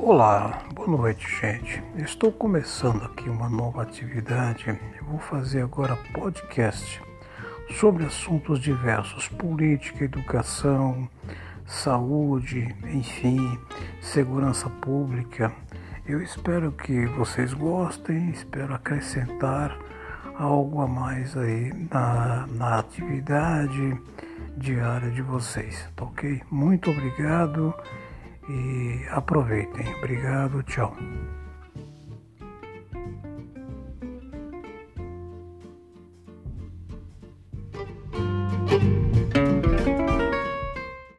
Olá, boa noite, gente. Estou começando aqui uma nova atividade. Eu vou fazer agora podcast sobre assuntos diversos: política, educação, saúde, enfim, segurança pública. Eu espero que vocês gostem, espero acrescentar algo a mais aí na atividade diária de vocês, tá ok? Muito obrigado. E aproveitem. Obrigado, tchau.